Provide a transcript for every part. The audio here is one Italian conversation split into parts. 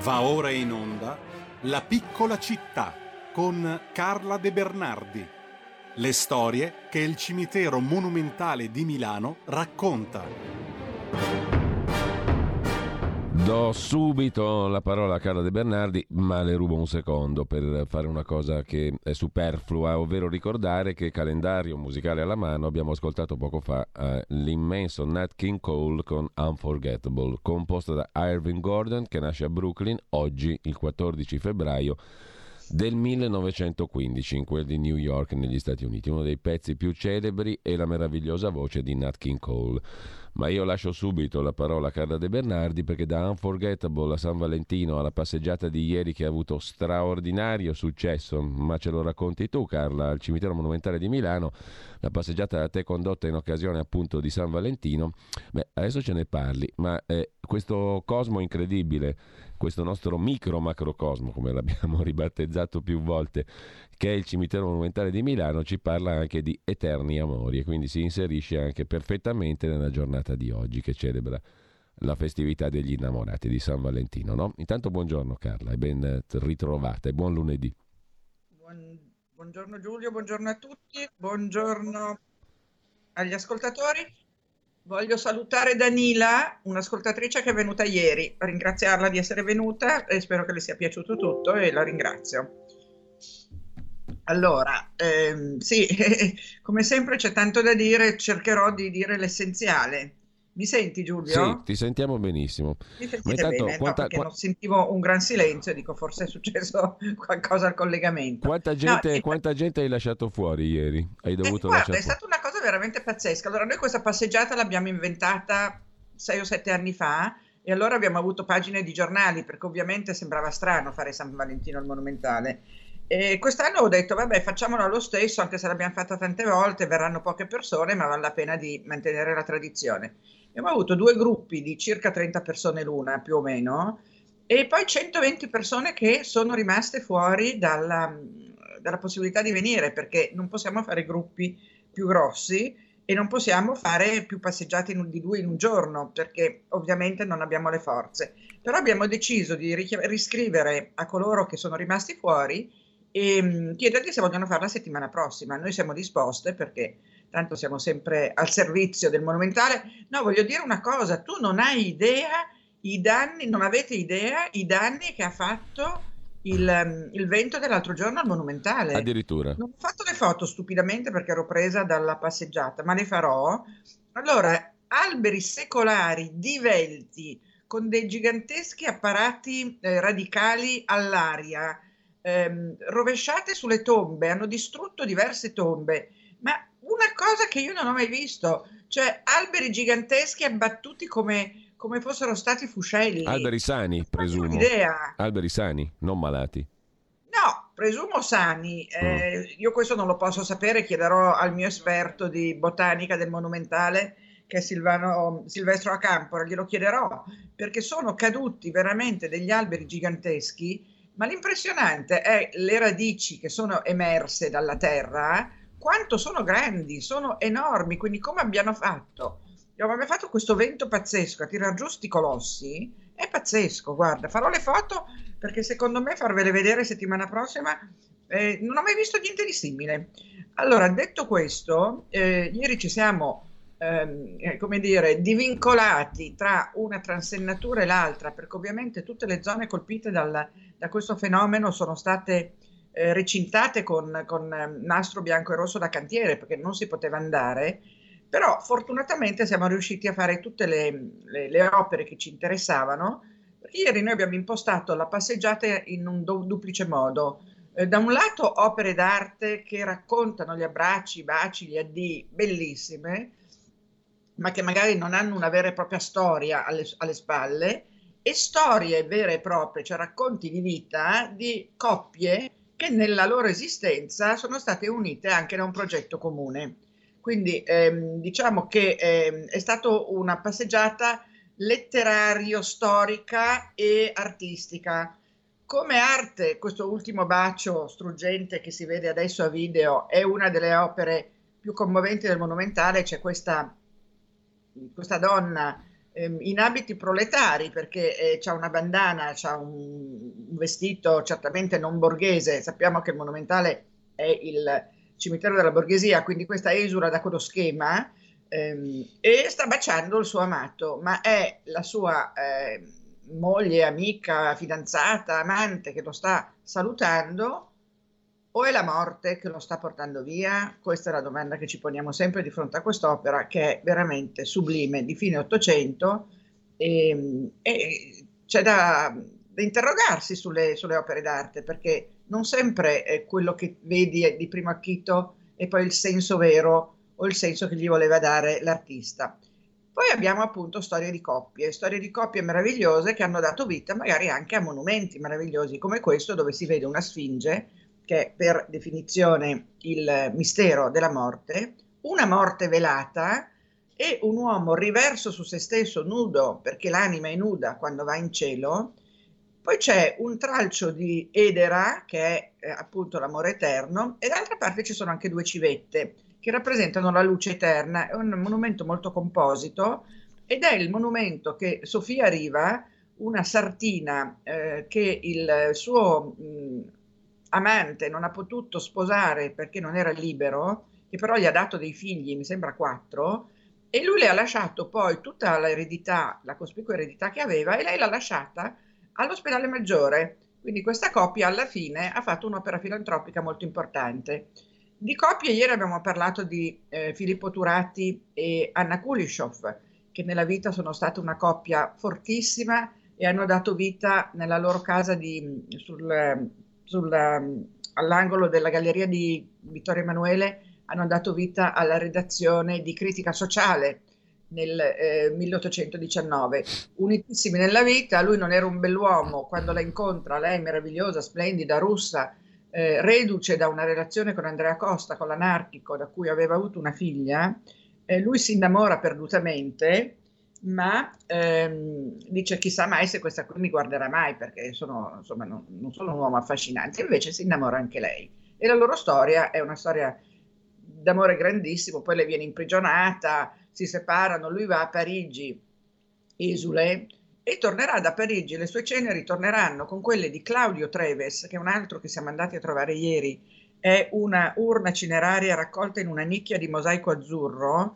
Va ora in onda La piccola città con Carla De Bernardi. Le storie che il cimitero monumentale di Milano racconta. Do subito la parola a Carla De Bernardi, ma le rubo un secondo per fare una cosa che è superflua, ovvero ricordare che, calendario musicale alla mano, abbiamo ascoltato poco fa l'immenso Nat King Cole con Unforgettable, composta da Irving Gordon, che nasce a Brooklyn oggi, il 14 febbraio del 1915, in quel di New York negli Stati Uniti, uno dei pezzi più celebri e la meravigliosa voce di Nat King Cole. Ma io lascio subito la parola a Carla De Bernardi, perché da Unforgettable a San Valentino, alla passeggiata di ieri che ha avuto straordinario successo, ma ce lo racconti tu, Carla, al cimitero monumentale di Milano, la passeggiata da te condotta in occasione appunto di San Valentino. Beh, adesso ce ne parli, ma questo cosmo incredibile, questo nostro macrocosmo, come l'abbiamo ribattezzato più volte, che è il cimitero monumentale di Milano, ci parla anche di eterni amori e quindi si inserisce anche perfettamente nella giornata di oggi, che celebra la festività degli innamorati di San Valentino, no? Intanto buongiorno Carla e ben ritrovata e buon lunedì. Buongiorno Giulio, buongiorno a tutti, buongiorno agli ascoltatori. Voglio salutare Danila, un'ascoltatrice che è venuta ieri, ringraziarla di essere venuta e spero che le sia piaciuto tutto e la ringrazio. Allora, sì, come sempre c'è tanto da dire, cercherò di dire l'essenziale. Mi senti Giulio? Sì, ti sentiamo benissimo. Mi Ma sentite intanto, bene? No, perché non sentivo un gran silenzio e dico forse è successo qualcosa al collegamento. quanta gente hai lasciato fuori ieri? Hai dovuto Guarda, lasciare è fuori? stata una cosa veramente pazzesca. Allora, noi questa passeggiata l'abbiamo inventata 6 o 7 anni fa e allora abbiamo avuto pagine di giornali perché ovviamente sembrava strano fare San Valentino al Monumentale. E quest'anno ho detto, vabbè, facciamola lo stesso, anche se l'abbiamo fatta tante volte, verranno poche persone, ma vale la pena di mantenere la tradizione. Abbiamo avuto 2 gruppi di circa 30 persone l'una, più o meno, e poi 120 persone che sono rimaste fuori dalla possibilità di venire, perché non possiamo fare gruppi più grossi e non possiamo fare più passeggiate di 2 in un giorno, perché ovviamente non abbiamo le forze. Però abbiamo deciso di riscrivere a coloro che sono rimasti fuori e chiedergli se vogliono farla la settimana prossima. Noi siamo disposte perché tanto siamo sempre al servizio del Monumentale. No, voglio dire una cosa, tu non hai idea i danni, non avete idea i danni che ha fatto il vento dell'altro giorno al Monumentale. Addirittura. Non ho fatto le foto stupidamente perché ero presa dalla passeggiata, ma le farò. Allora, alberi secolari divelti con dei giganteschi apparati radicali all'aria, rovesciate sulle tombe, hanno distrutto diverse tombe, ma una cosa che io non ho mai visto, cioè alberi giganteschi abbattuti come fossero stati fuscelli. Alberi sani, Non faccio presumo. un'idea. Alberi sani, non malati. No, presumo sani. Io questo non lo posso sapere, chiederò al mio esperto di botanica del Monumentale, che è Silvestro Acampora, glielo chiederò, perché sono caduti veramente degli alberi giganteschi, ma l'impressionante è le radici che sono emerse dalla terra, quanto sono grandi, sono enormi, quindi come abbiano fatto? Abbiamo fatto questo vento pazzesco a tirar giù sti colossi, è pazzesco, guarda, farò le foto perché secondo me farvele vedere settimana prossima, non ho mai visto niente di simile. Allora, detto questo, ieri ci siamo, come dire, divincolati tra una transennatura e l'altra, perché ovviamente tutte le zone colpite da questo fenomeno sono state recintate con nastro bianco e rosso da cantiere, perché non si poteva andare. Però fortunatamente siamo riusciti a fare tutte le opere che ci interessavano, perché ieri noi abbiamo impostato la passeggiata in un duplice modo. Da un lato opere d'arte che raccontano gli abbracci, i baci, gli addii, bellissime, ma che magari non hanno una vera e propria storia alle spalle, e storie vere e proprie, cioè racconti di vita di coppie che nella loro esistenza sono state unite anche da un progetto comune. Quindi diciamo che è stata una passeggiata letterario-storica e artistica. Come arte, questo ultimo bacio struggente che si vede adesso a video è una delle opere più commoventi del Monumentale. C'è questa donna in abiti proletari, perché c'ha una bandana, c'ha un vestito certamente non borghese. Sappiamo che il Monumentale è il cimitero della borghesia, quindi questa esula da quello schema, e sta baciando il suo amato, ma è la sua moglie, amica, fidanzata, amante che lo sta salutando, o è la morte che lo sta portando via? Questa è la domanda che ci poniamo sempre di fronte a quest'opera, che è veramente sublime, di fine Ottocento, e c'è da interrogarsi sulle opere d'arte, perché non sempre è quello che vedi è di primo acchito e poi il senso vero o il senso che gli voleva dare l'artista. Poi abbiamo appunto storie di coppie meravigliose che hanno dato vita magari anche a monumenti meravigliosi come questo, dove si vede una sfinge, che è per definizione il mistero della morte, una morte velata e un uomo riverso su se stesso, nudo, perché l'anima è nuda quando va in cielo. Poi c'è un tralcio di edera, che è appunto l'amore eterno, e d'altra parte ci sono anche due civette che rappresentano la luce eterna. È un monumento molto composito ed è il monumento che Sofia Riva, una sartina che il suo amante non ha potuto sposare perché non era libero, che però gli ha dato dei figli, mi sembra 4, e lui le ha lasciato poi tutta l'eredità, la cospicua eredità che aveva, e lei l'ha lasciata all'ospedale Maggiore. Quindi questa coppia alla fine ha fatto un'opera filantropica molto importante. Di coppie ieri abbiamo parlato di Filippo Turati e Anna Kulishov, che nella vita sono stata una coppia fortissima e hanno dato vita nella loro casa all'angolo della galleria di Vittorio Emanuele, hanno dato vita alla redazione di Critica Sociale nel 1819. Unitissimi nella vita, lui non era un bell'uomo, quando la incontra, lei meravigliosa, splendida, russa, reduce da una relazione con Andrea Costa, con l'anarchico, da cui aveva avuto una figlia, lui si innamora perdutamente, ma dice chissà mai se questa qui mi guarderà mai, perché non sono un uomo affascinante. Invece si innamora anche lei, e la loro storia è una storia d'amore grandissimo. Poi lei viene imprigionata, si separano, lui va a Parigi, esule, e tornerà da Parigi. Le sue ceneri torneranno con quelle di Claudio Treves, che è un altro che siamo andati a trovare ieri. È una urna cineraria raccolta in una nicchia di mosaico azzurro.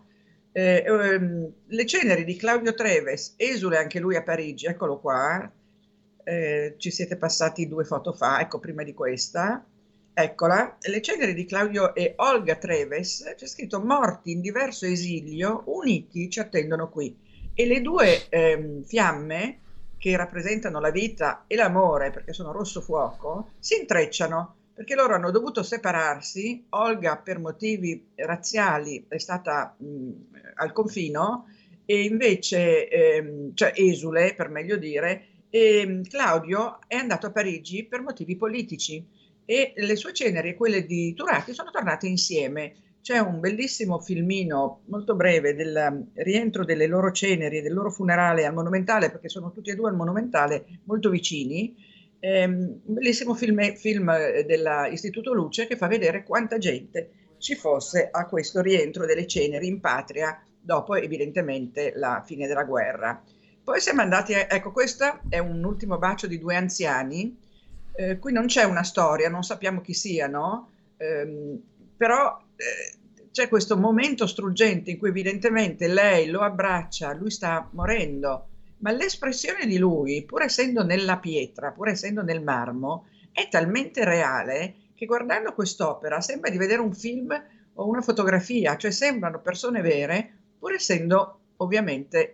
Le ceneri di Claudio Treves, esule anche lui a Parigi, eccolo qua, ci siete passati 2 foto fa, ecco, prima di questa, eccola, le ceneri di Claudio e Olga Treves, c'è scritto morti in diverso esilio, uniti ci attendono qui. E le 2 fiamme che rappresentano la vita e l'amore, perché sono rosso fuoco, si intrecciano, perché loro hanno dovuto separarsi. Olga per motivi razziali è stata al confino, e invece, cioè esule per meglio dire, e Claudio è andato a Parigi per motivi politici, e le sue ceneri e quelle di Turati sono tornate insieme. C'è un bellissimo filmino molto breve del rientro delle loro ceneri e del loro funerale al Monumentale, perché sono tutti e 2 al Monumentale molto vicini. Un bellissimo film dell'Istituto Luce, che fa vedere quanta gente ci fosse a questo rientro delle ceneri in patria dopo evidentemente la fine della guerra. Poi siamo andati, ecco, questo è un ultimo bacio di 2 anziani. Qui non c'è una storia, non sappiamo chi siano, però c'è questo momento struggente in cui evidentemente lei lo abbraccia, lui sta morendo, ma l'espressione di lui, pur essendo nella pietra, pur essendo nel marmo, è talmente reale che guardando quest'opera sembra di vedere un film o una fotografia, cioè sembrano persone vere, pur essendo ovviamente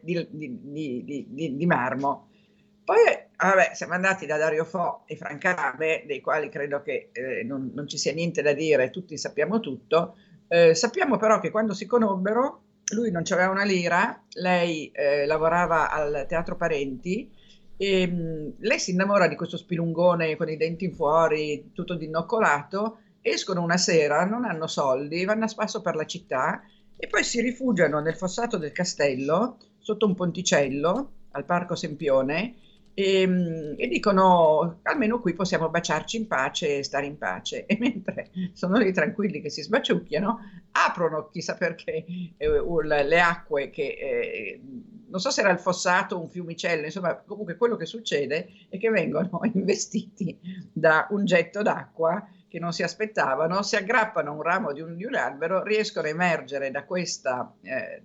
di marmo. Poi vabbè, siamo andati da Dario Fo e Franca Rame, dei quali credo che non ci sia niente da dire, tutti sappiamo tutto. Sappiamo però che quando si conobbero lui non c'aveva una lira, lei lavorava al Teatro Parenti, e lei si innamora di questo spilungone con i denti in fuori, tutto dinoccolato. Escono una sera, non hanno soldi, vanno a spasso per la città e poi si rifugiano nel fossato del castello, sotto un ponticello, al Parco Sempione, e dicono almeno qui possiamo baciarci in pace e stare in pace. E mentre sono lì tranquilli che si sbaciucchiano, aprono chissà perché le acque che non so se era il Fossato o un fiumicello, insomma, comunque quello che succede è che vengono investiti da un getto d'acqua che non si aspettavano, si aggrappano a un ramo di un albero, riescono a emergere da questo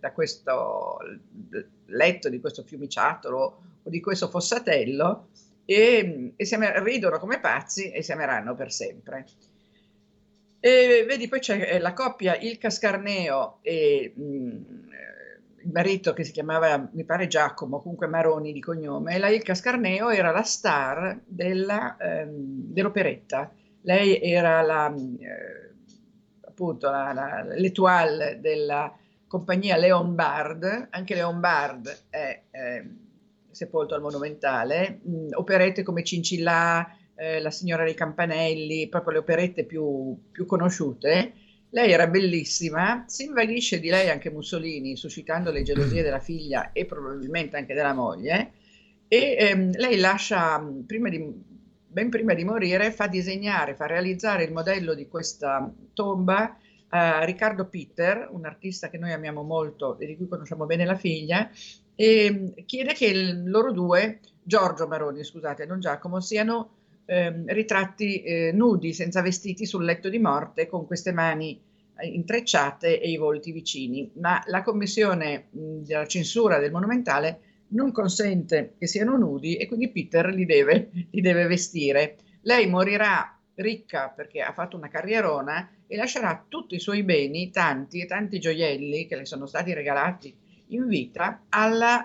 letto, di questo fiumiciattolo o di questo fossatello e ridono come pazzi e si ameranno per sempre. E vedi, poi c'è la coppia Ilka Scarneo e il marito che si chiamava, mi pare Giacomo, comunque Maroni di cognome, e la Ilka Scarneo era la star dell'operetta. Lei era appunto l'étoile della compagnia Leon Bard, anche Leon Bard è sepolto al Monumentale, operette come Cincillà, La signora dei campanelli, proprio le operette più conosciute. Lei era bellissima, si invaghisce di lei anche Mussolini, suscitando le gelosie della figlia e probabilmente anche della moglie, e lei lascia, ben prima di morire, fa realizzare il modello di questa tomba a Riccardo Pitter, un artista che noi amiamo molto e di cui conosciamo bene la figlia, e chiede che loro due, Giorgio Maroni, scusate, non Giacomo, siano ritratti nudi, senza vestiti, sul letto di morte, con queste mani intrecciate e i volti vicini. Ma la commissione della censura del Monumentale non consente che siano nudi e quindi Peter li deve vestire. Lei morirà ricca perché ha fatto una carrierona e lascerà tutti i suoi beni, tanti e tanti gioielli che le sono stati regalati in vita, alla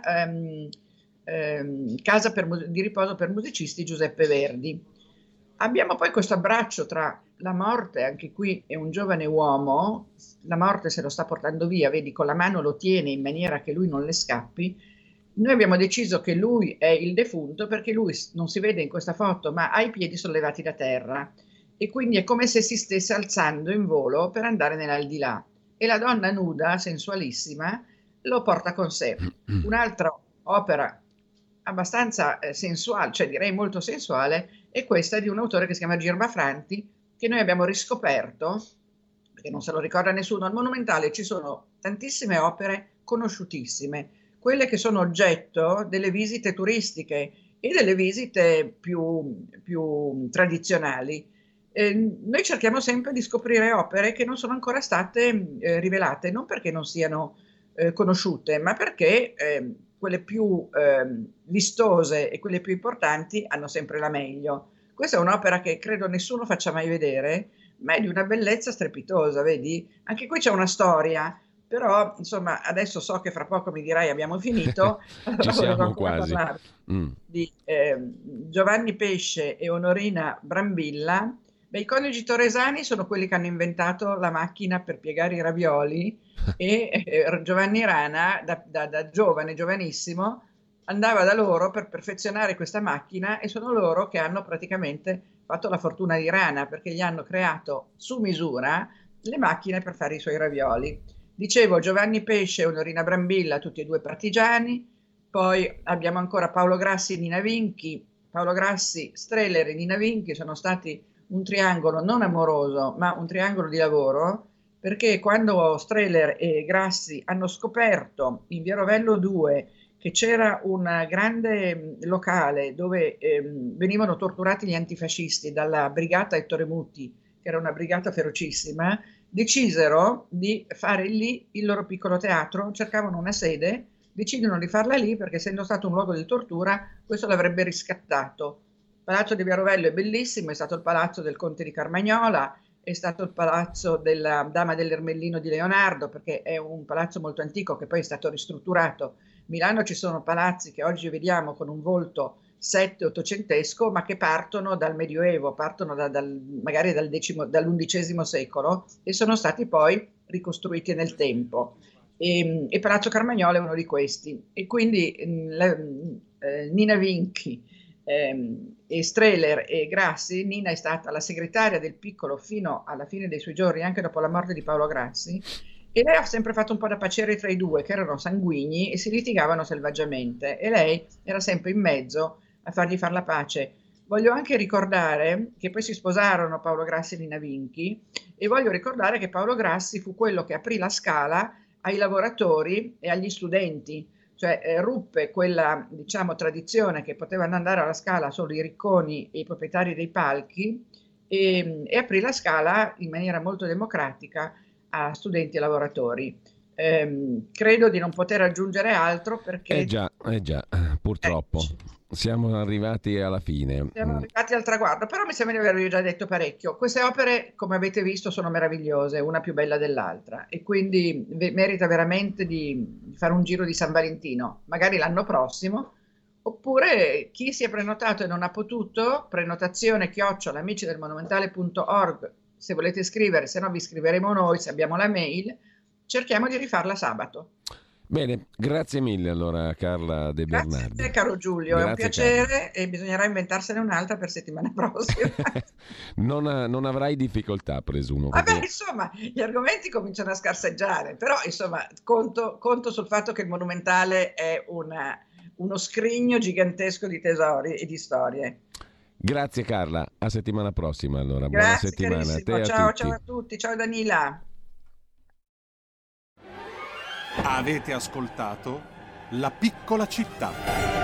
casa di riposo per musicisti Giuseppe Verdi. Abbiamo poi questo abbraccio tra la morte, anche qui è un giovane uomo, la morte se lo sta portando via, vedi, con la mano lo tiene in maniera che lui non le scappi. Noi abbiamo deciso che lui è il defunto perché lui non si vede in questa foto, ma ha i piedi sollevati da terra e quindi è come se si stesse alzando in volo per andare nell'aldilà. E la donna nuda, sensualissima, lo porta con sé. Un'altra opera abbastanza sensuale, cioè direi molto sensuale, è questa di un autore che si chiama Girma Franti, che noi abbiamo riscoperto, perché non se lo ricorda nessuno. Al Monumentale ci sono tantissime opere conosciutissime, quelle che sono oggetto delle visite turistiche e delle visite più tradizionali. Noi cerchiamo sempre di scoprire opere che non sono ancora state rivelate, non perché non siano conosciute, ma perché quelle più vistose e quelle più importanti hanno sempre la meglio. Questa è un'opera che credo nessuno faccia mai vedere, ma è di una bellezza strepitosa, vedi? Anche qui c'è una storia, però insomma adesso so che fra poco mi dirai abbiamo finito, Ci siamo quasi. Di Giovanni Pesce e Onorina Brambilla. Beh, i coniugi Torresani sono quelli che hanno inventato la macchina per piegare i ravioli e Giovanni Rana da giovanissimo andava da loro per perfezionare questa macchina e sono loro che hanno praticamente fatto la fortuna di Rana perché gli hanno creato su misura le macchine per fare i suoi ravioli. Dicevo, Giovanni Pesce e Onorina Brambilla, tutti e due partigiani. Poi abbiamo ancora Paolo Grassi e Nina Vinchi. Paolo Grassi, Streller e Nina Vinchi sono stati un triangolo non amoroso, ma un triangolo di lavoro, perché quando Streller e Grassi hanno scoperto in Via Rovello 2 che c'era un grande locale dove venivano torturati gli antifascisti dalla brigata Ettore Mutti, che era una brigata ferocissima, decisero di fare lì il loro piccolo teatro, cercavano una sede, decidono di farla lì perché essendo stato un luogo di tortura questo l'avrebbe riscattato. Il palazzo di Via Rovello è bellissimo, è stato il palazzo del conte di Carmagnola, è stato il palazzo della Dama dell'Ermellino di Leonardo, perché è un palazzo molto antico che poi è stato ristrutturato. A Milano ci sono palazzi che oggi vediamo con un volto 7-800esco, ma che partono dal Medioevo, partono magari dall'undicesimo secolo e sono stati poi ricostruiti nel tempo. E Palazzo Carmagnola è uno di questi. E quindi Nina Vinchi e Streller e Grassi, Nina è stata la segretaria del Piccolo fino alla fine dei suoi giorni, anche dopo la morte di Paolo Grassi, e lei ha sempre fatto un po' da paciere tra i due, che erano sanguigni e si litigavano selvaggiamente, e lei era sempre in mezzo a fargli far la pace. Voglio anche ricordare che poi si sposarono Paolo Grassi e Nina Vinchi, e voglio ricordare che Paolo Grassi fu quello che aprì la Scala ai lavoratori e agli studenti, cioè ruppe quella, diciamo, tradizione che potevano andare alla Scala solo i ricconi e i proprietari dei palchi, e aprì la Scala in maniera molto democratica a studenti e lavoratori. Credo di non poter aggiungere altro perché purtroppo siamo arrivati alla fine. siamo arrivati al traguardo, però mi sembra di avervi già detto parecchio. Queste opere, come avete visto, sono meravigliose, una più bella dell'altra, e quindi merita veramente di fare un giro di San Valentino, magari l'anno prossimo, oppure chi si è prenotato e non ha potuto, prenotazione @amicidelmonumentale.org, se volete scrivere, se no vi scriveremo noi, se abbiamo la mail, cerchiamo di rifarla sabato. Bene, grazie mille allora Carla De Bernardi. Grazie a te, caro Giulio, è un piacere, e bisognerà inventarsene un'altra per settimana prossima. Non avrai difficoltà, presumo. Perché... Vabbè, insomma, gli argomenti cominciano a scarseggiare, però insomma conto sul fatto che il Monumentale è uno scrigno gigantesco di tesori e di storie. Grazie Carla, a settimana prossima allora. Grazie, buona settimana a te e a ciao, tutti. ciao a tutti, ciao Danila. Avete ascoltato La piccola città.